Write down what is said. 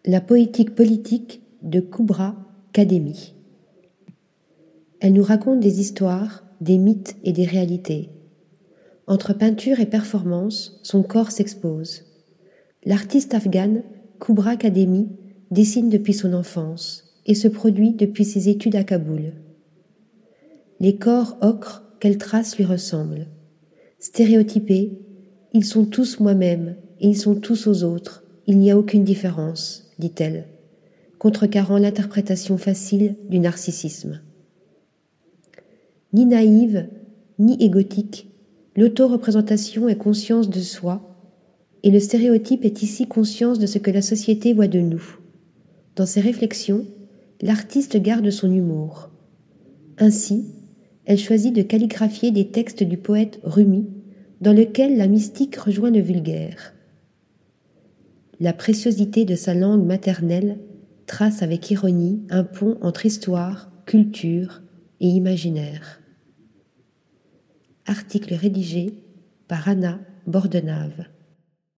La poétique politique de Kubra Kademi. Elle nous raconte des histoires, des mythes et des réalités. Entre peinture et performance, son corps s'expose. L'artiste afghane Kubra Kademi dessine depuis son enfance et se produit depuis ses études à Kaboul. Les corps ocres qu'elle trace lui ressemblent. Stéréotypés, ils sont tous moi-même et ils sont tous aux autres. Il n'y a aucune différence, dit-elle, contrecarrant l'interprétation facile du narcissisme. Ni naïve, ni égotique, l'autoreprésentation est conscience de soi, et le stéréotype est ici conscience de ce que la société voit de nous. Dans ses réflexions, l'artiste garde son humour. Ainsi, elle choisit de calligraphier des textes du poète Rumi, dans lequel la mystique rejoint le vulgaire. La préciosité de sa langue maternelle trace avec ironie un pont entre histoire, culture et imaginaire. Article rédigé par Anna Bordenave.